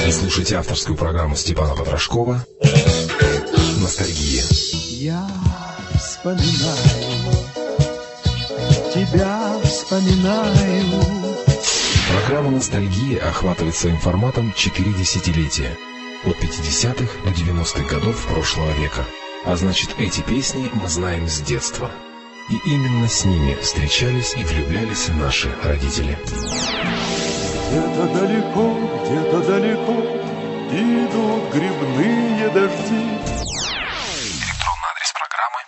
Вы слушаете авторскую программу Степана Потрошкова «Ностальгия». Я вспоминаю, тебя вспоминаю. Программа «Ностальгия» охватывает своим форматом 4 десятилетия. От 50-х до 90-х годов прошлого века. А значит, эти песни мы знаем с детства. И именно с ними встречались и влюблялись наши родители. Где-то далеко идут грибные дожди. Электронный адрес программы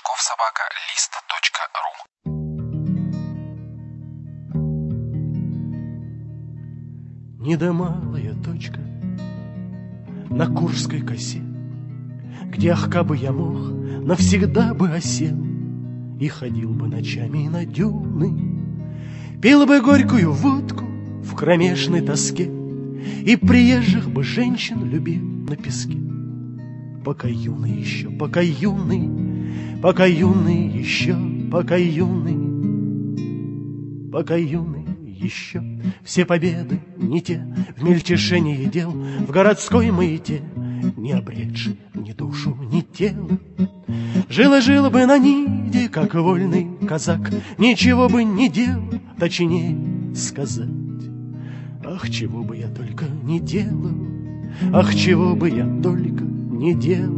потрошков@list.ru. Недомалая точка на Курской косе, где, ах, кабы я мог, навсегда бы осел и ходил бы ночами на дюны, пил бы горькую водку в кромешной тоске и приезжих бы женщин любил на песке. Пока юный еще, пока юный, пока юный еще, пока юный, пока юный еще. Все победы не те, в мельтешении дел, в городской маяте, не обретший ни душу, ни тело. Жила бы на Ниде, как вольный казак, ничего бы не делал, точнее сказать. Ах, чего бы я только не делал, ах, чего бы я только не делал.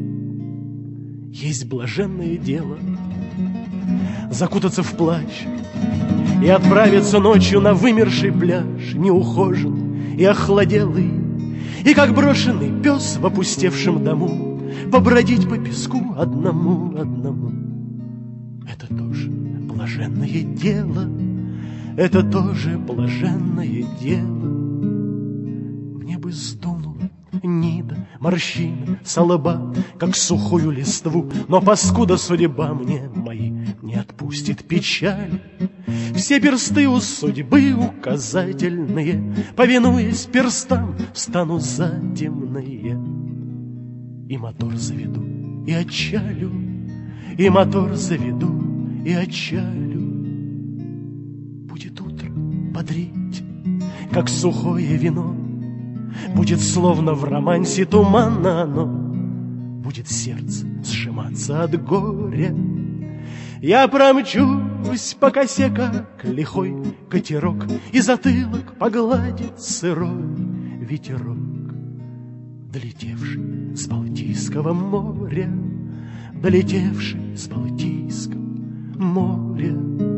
Есть блаженное дело закутаться в плащ и отправиться ночью на вымерший пляж, неухоженный и охладелый, и как брошенный пес в опустевшем дому побродить по песку одному. Это тоже блаженное дело, это тоже блаженное дело. Мне бы сдунула Нида морщины со лба, как сухую листву, но паскуда судьба мне мои не отпустит печаль. Все персты у судьбы указательные, повинуясь перстам, стану затемные. И мотор заведу, и отчалю, и мотор заведу, и отчалю. Будет утро бодрить, как сухое вино, будет словно в романсе туманно оно, будет сердце сжиматься от горя. Я промчусь по косе, как лихой катерок, и затылок погладит сырой ветерок, долетевший с Балтийского моря, долетевший с Балтийского моря.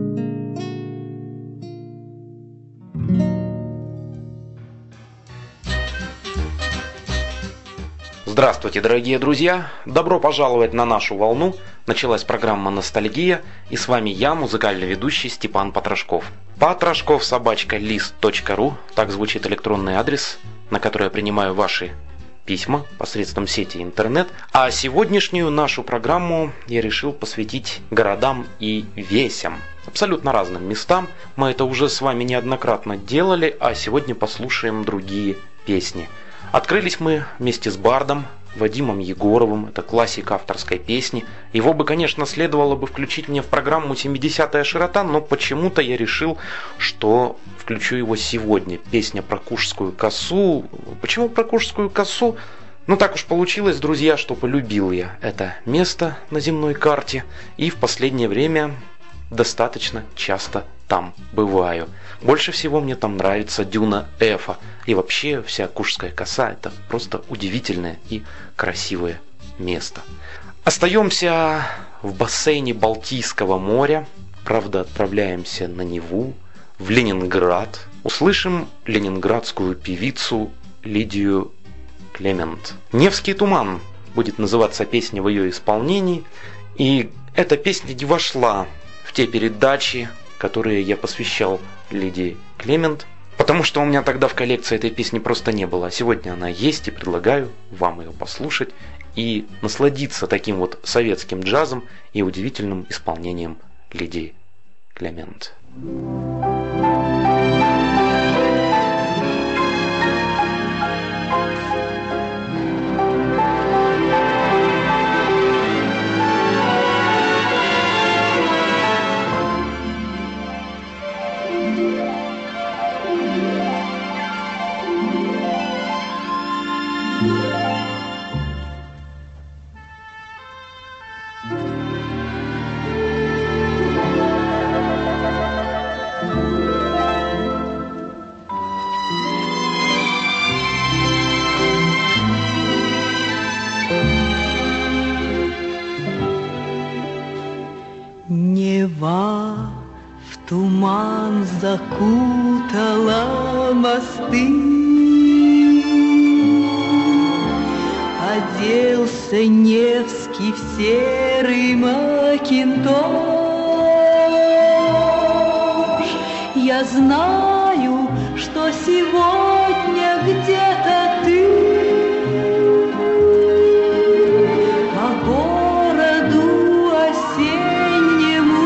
Здравствуйте, дорогие друзья! Добро пожаловать на нашу волну. Началась программа «Ностальгия», и с вами я, музыкальный ведущий Степан Потрошков. Потрошков@list.ru, так звучит электронный адрес, на который я принимаю ваши письма посредством сети интернет. А сегодняшнюю нашу программу я решил посвятить городам и весям. Абсолютно разным местам. Мы это уже с вами неоднократно делали, а сегодня послушаем другие песни. Открылись мы вместе с бардом Вадимом Егоровым, это классик авторской песни. Его бы, конечно, следовало бы включить мне в программу «70-я широта», но почему-то я решил, что включу его сегодня. Песня про Куршскую косу. Почему про Куршскую косу? Ну так уж получилось, друзья, что полюбил я это место на земной карте, и в последнее время достаточно часто там бываю. Больше всего мне там нравится дюна Эфа. И вообще вся Куршская коса — это просто удивительное и красивое место. Остаемся в бассейне Балтийского моря. Правда, отправляемся на Неву, в Ленинград. Услышим ленинградскую певицу Лидию Клемент. «Невский туман» будет называться песня в ее исполнении. И эта песня не вошла в те передачи, которые я посвящал Лидии Клемент, потому что у меня тогда в коллекции этой песни просто не было. А сегодня она есть, и предлагаю вам ее послушать и насладиться таким вот советским джазом и удивительным исполнением Лидии Клемент. закутала мосты, оделся Невский в серый макинтош. Я знаю, что сегодня где-то ты по городу осеннему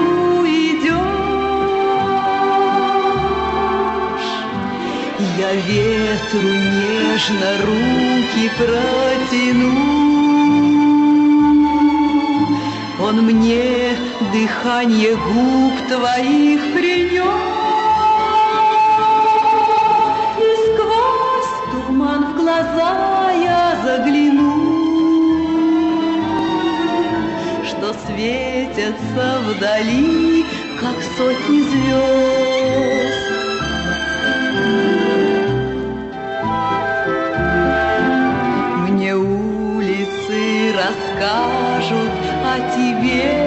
идешь. Я ветру нежно руки протяну, он мне дыхание губ твоих принес. Глаза я загляну, что светятся вдали, как сотни звезд. Мне улицы расскажут о тебе,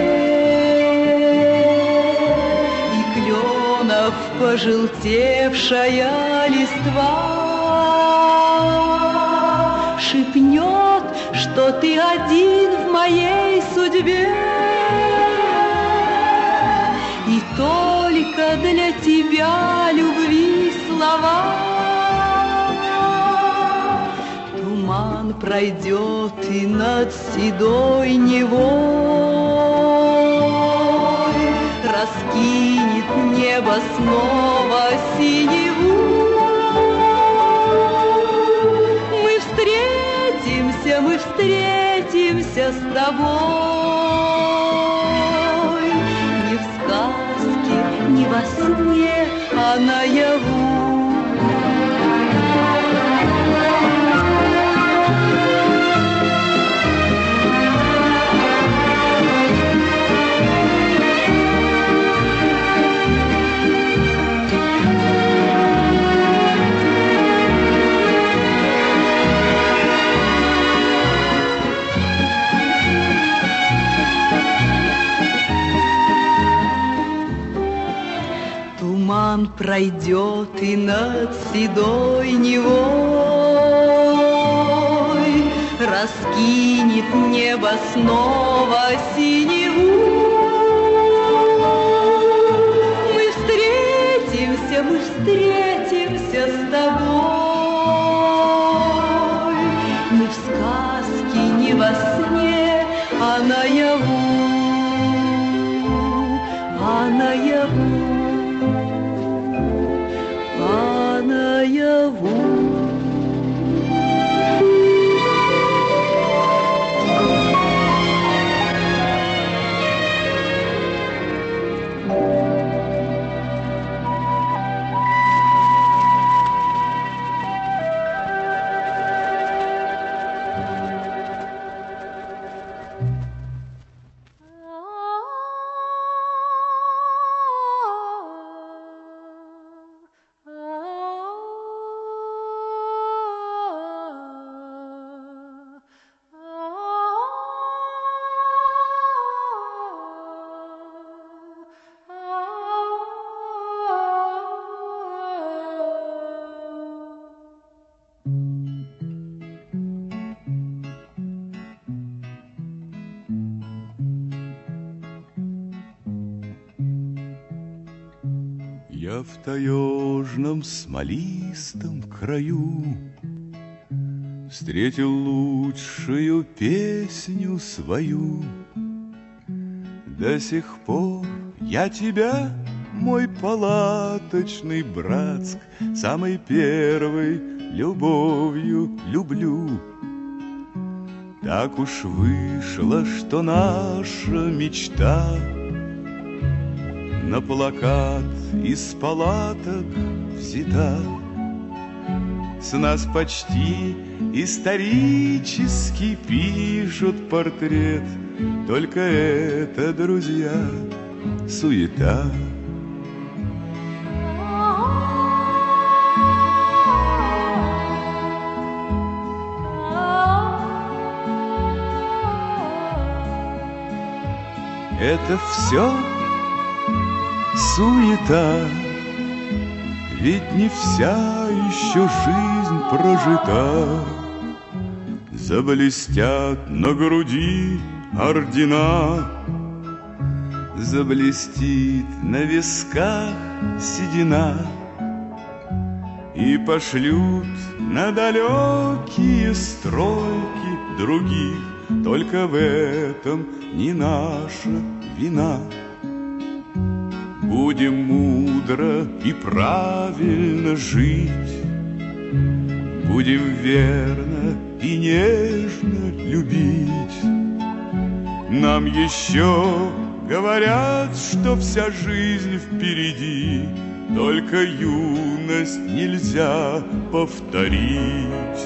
и кленов пожелтевшая листва шепнет, что ты один в моей судьбе, и только для тебя любви слова. Туман пройдет и над седой Невой раскинет небо снова синеву. Мы встретимся с тобой ни в сказке, ни во сне, а наяву. Туман пройдет и над седой Невой раскинет небо снова синеву. Мы встретимся с тобой ни в сказке, ни во сне, а наяву, а наяву. Я в таежном смолистом краю встретил лучшую песню свою. До сих пор я тебя, мой палаточный Братск, самой первой любовью люблю. Так уж вышло, что наша мечта на плакат из палаток взята. С нас почти исторически пишут портрет, только это, друзья, суета. Это все суета. ведь не вся еще жизнь прожита. Заблестят на груди ордена, заблестит на висках седина, и пошлют на далекие стройки других. Только в этом не наша вина. Будем мудро и правильно жить, будем верно и нежно любить. Нам еще говорят, что вся жизнь впереди, только юность нельзя повторить.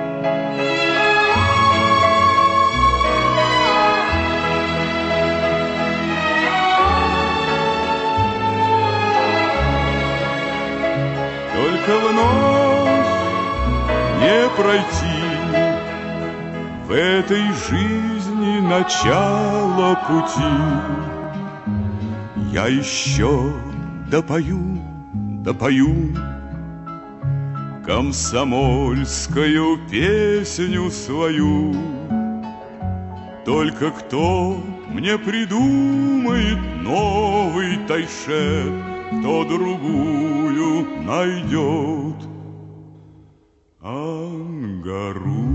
Только вновь не пройти в этой жизни начало пути. Я еще допою комсомольскую песню свою. Только кто мне придумает новый тайшет, кто другую найдет ангару.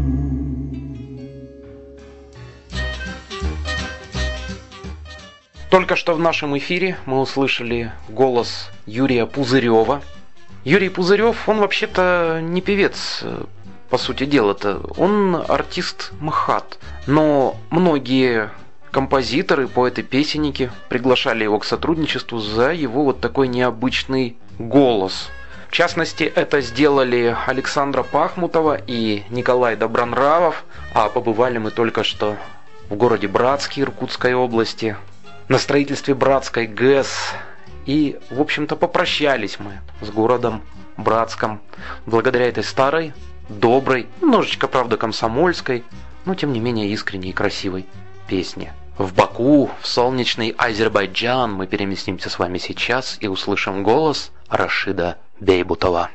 Только что в нашем эфире мы услышали голос Юрия Пузырева. Юрий Пузырев, он вообще-то не певец, по сути дела-то. Он артист МХАТ. Но многие композиторы, поэты-песенники приглашали его к сотрудничеству за его вот такой необычный голос. В частности, это сделали Александра Пахмутова и Николай Добронравов. А побывали мы только что в городе Братске Иркутской области, на строительстве Братской ГЭС. И, в общем-то, попрощались мы с городом Братском благодаря этой старой, доброй, немножечко, правда, комсомольской, но, тем не менее, искренней и красивой песне. В Баку, в солнечный Азербайджан мы переместимся с вами сейчас и услышим голос Рашида Бейбутова.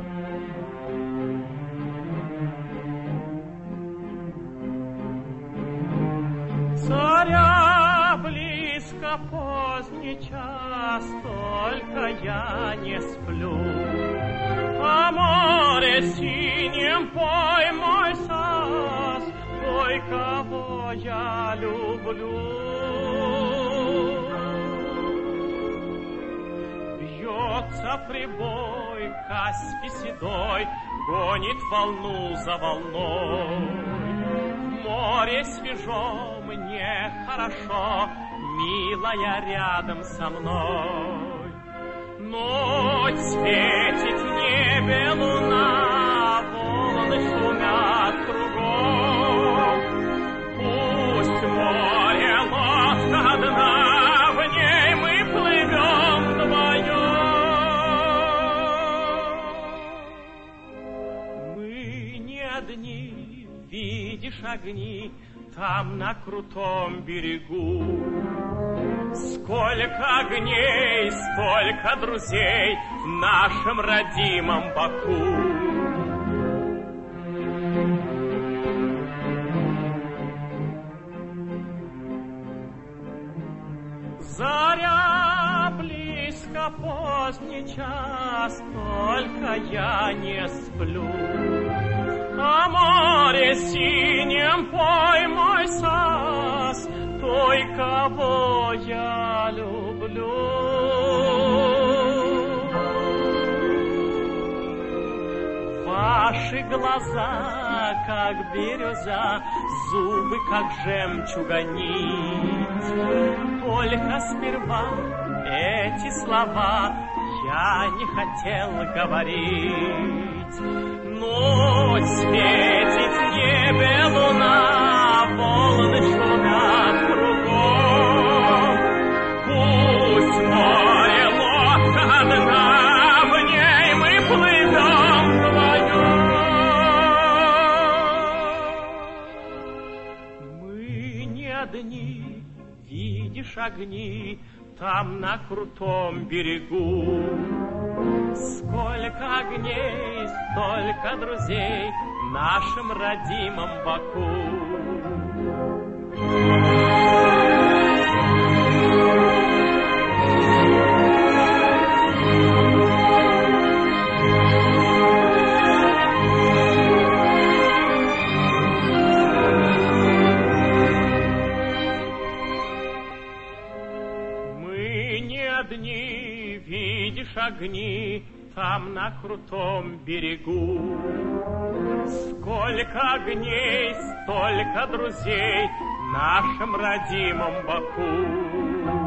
Царя близко поздний час, только я не сплю. А море синим пой мой сас, той, кого я люблю. Бьется прибой, Каспий седой, гонит волну за волной. Море свежо, мне хорошо, милая рядом со мной. Ночь светит в небе луна, волны шумят кругом. Пусть море лодка одна, в ней мы плывем вдвоем. Мы не одни, видишь огни там на крутом берегу. Сколько огней, сколько друзей в нашем родимом Баку. Заря близко, поздний час, только я не сплю. А море синим пой мой сас, той, кого я люблю. Ваши глаза, как бирюза, зубы, как жемчуга нить. Только сперва эти слова я не хотел говорить. Ночь светит в небе луна, волны шумят кругом. Пусть море лодка одна, в ней мы плывем вдвоем. Мы не одни, видишь огни там на крутом берегу. Сколько огней, столько друзей в нашем родимом Баку. Мы не одни, видишь огни там на крутом берегу. Сколько огней, столько друзей в нашем родимом Баку.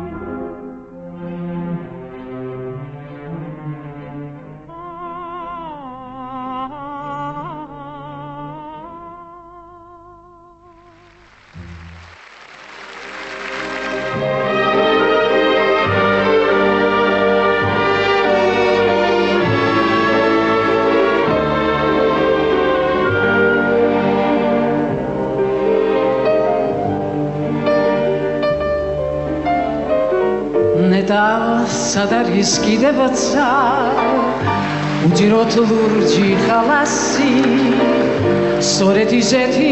Սադարիս գիտևացար ու ջիրոտ լուրջի խալասի սորետի զետի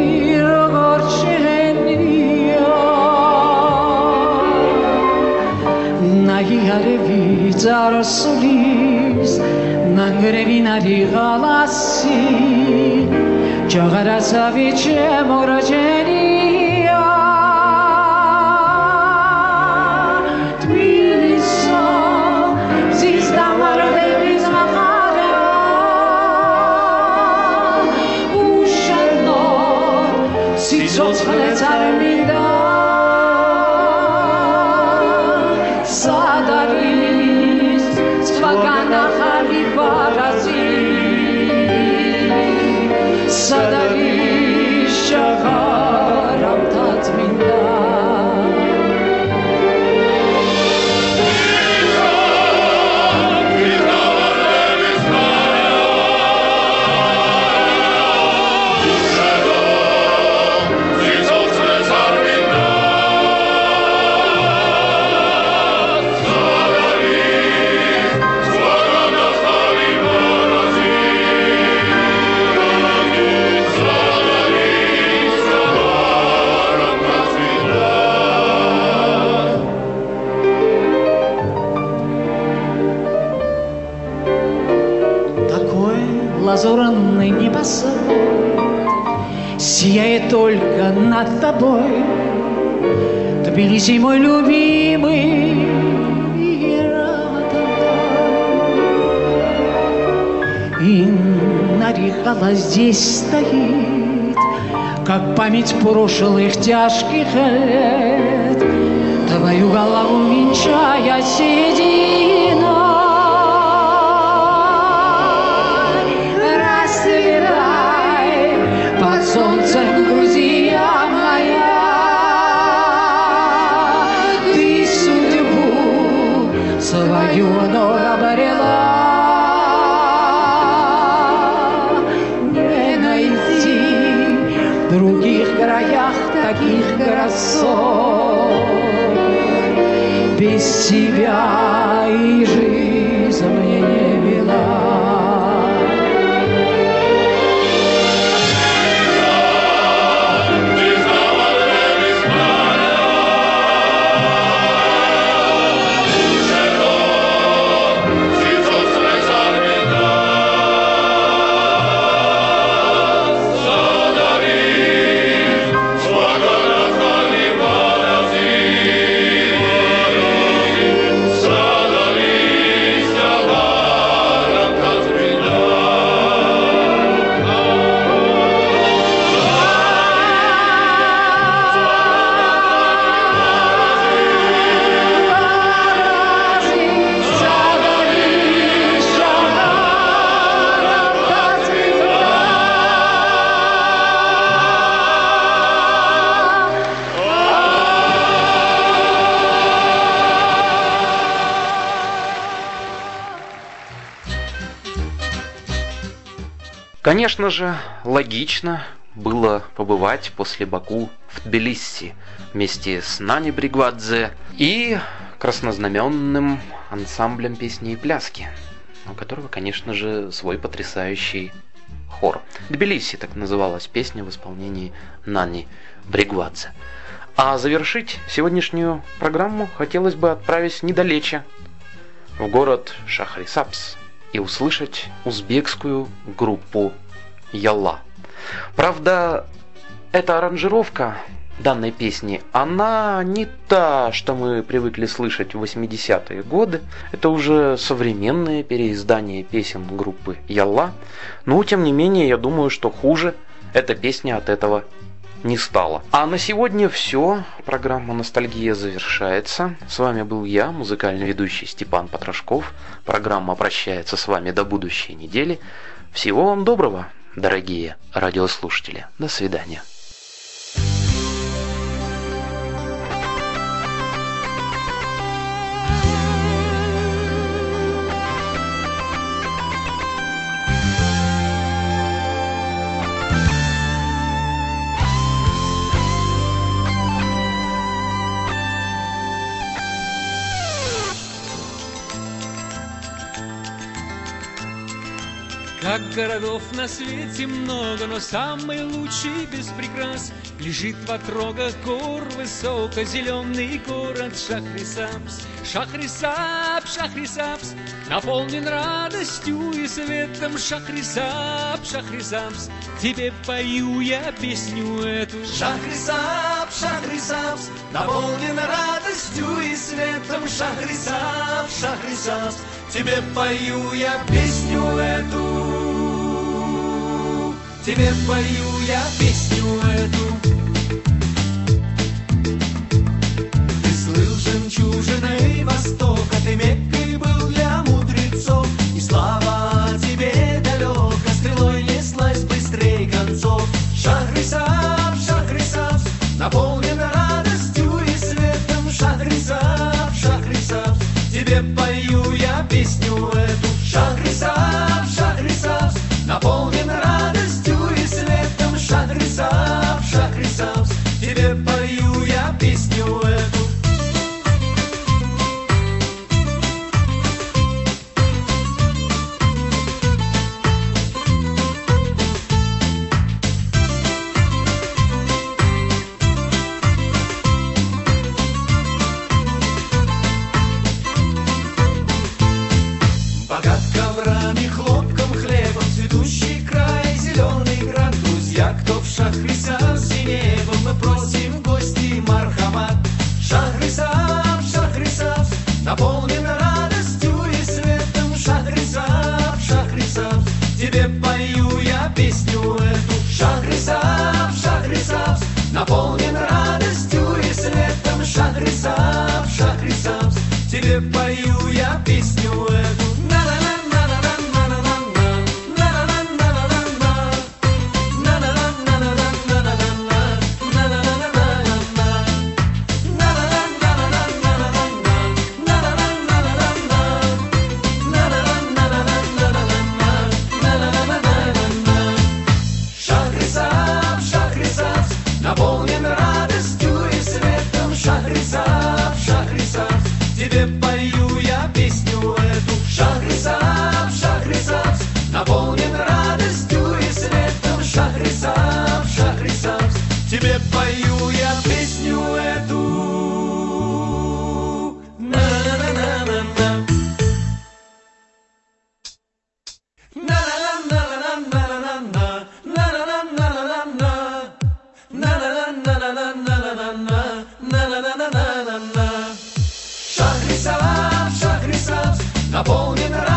ռոգորչենիա նայի արևի ծարոսուլիս նանգրևին արի խալասի ճաղարացավի չեմ օրաջենիա Սիծոց խնեցար մինդա Սադարիս ծվագանախարի բարազի Սադարիս շաղար ամտած մինդա Лазурный небосвод сияет только над тобой, Тбилиси, мой любимый, и И Нарихала здесь стоит, как память прошлых тяжких лет, твою голову венчая седина. Под солнцем, Грузия моя, ты судьбу свою вновь обрела. Не найти в других краях таких красот. Без тебя и жизнь мне не мила. Конечно же, логично было побывать после Баку в Тбилиси вместе с Нани Бригвадзе и краснознаменным ансамблем песни и пляски. у которого, конечно же, свой потрясающий хор. «Тбилиси» так называлась песня в исполнении Нани Бригвадзе. А завершить сегодняшнюю программу хотелось бы отправить недалече, в город Шахрисабз, и услышать узбекскую группу «Ялла». Правда, эта аранжировка данной песни, она не та, что мы привыкли слышать в 80-е годы. Это уже современное переиздание песен группы «Ялла». Но, тем не менее, я думаю, что хуже эта песня от этого не стала. А на сегодня все. Программа «Ностальгия» завершается. С вами был я, музыкальный ведущий Степан Потрошков. Программа прощается с вами до будущей недели. Всего вам доброго, дорогие радиослушатели. До свидания. Как городов на свете много, но самый лучший без прикрас лежит в отрогах гор высоко-зеленый город Шахрисабз. Шахрисабз, Шахрисабз, наполнен радостью и светом. Шахрисабз, Шахрисабз, тебе пою я песню эту. Шахрисабз, Шахрисабз, наполнен радостью и светом. Шахрисабз, Шахрисабз, тебе пою я песню эту. Тебе пою я песню эту. Ты слыл жемчужиной Востока, ты Меккой был для мудрецов, и слава тебе далеко стрелой неслась быстрей концов. Шахрисабз, Шахрисабз, наполнен радостью и светом. Шахрисабз, Шахрисабз, тебе пою я песню эту. Шахрисабз, Шахрисабз, наполнен радостью и светом. Шахрисабз, Шахрисабз, тебе пою я песню эту. Богат коврами, хлопком, хлебом, цветущий край, зеленый град. Друзья, кто в Шахрисабзе не был, мы просим в гости мархамат. Шахрисабз, Шахрисабз, наполнен радостью и светом. Шахрисабз, Шахрисабз, тебе пою я песню эту. Шахрисабз, Шахрисабз, наполнен радостью и светом. Шахрисабз, Шахрисабз, тебе пою я песню эту. Шахрисабз, Шахрисабз, наполнен радостью и светом. Шахрисабз, Шахрисабз, тебе пою я песню эту. Шахрисабз, Шахрисабз, наполнен радостью и светом. Шахрисабз, Шахрисабз, тебе пою я песню эту. На-на-на-на-на-на. Шахрисабз, Шахрисабз, наполнен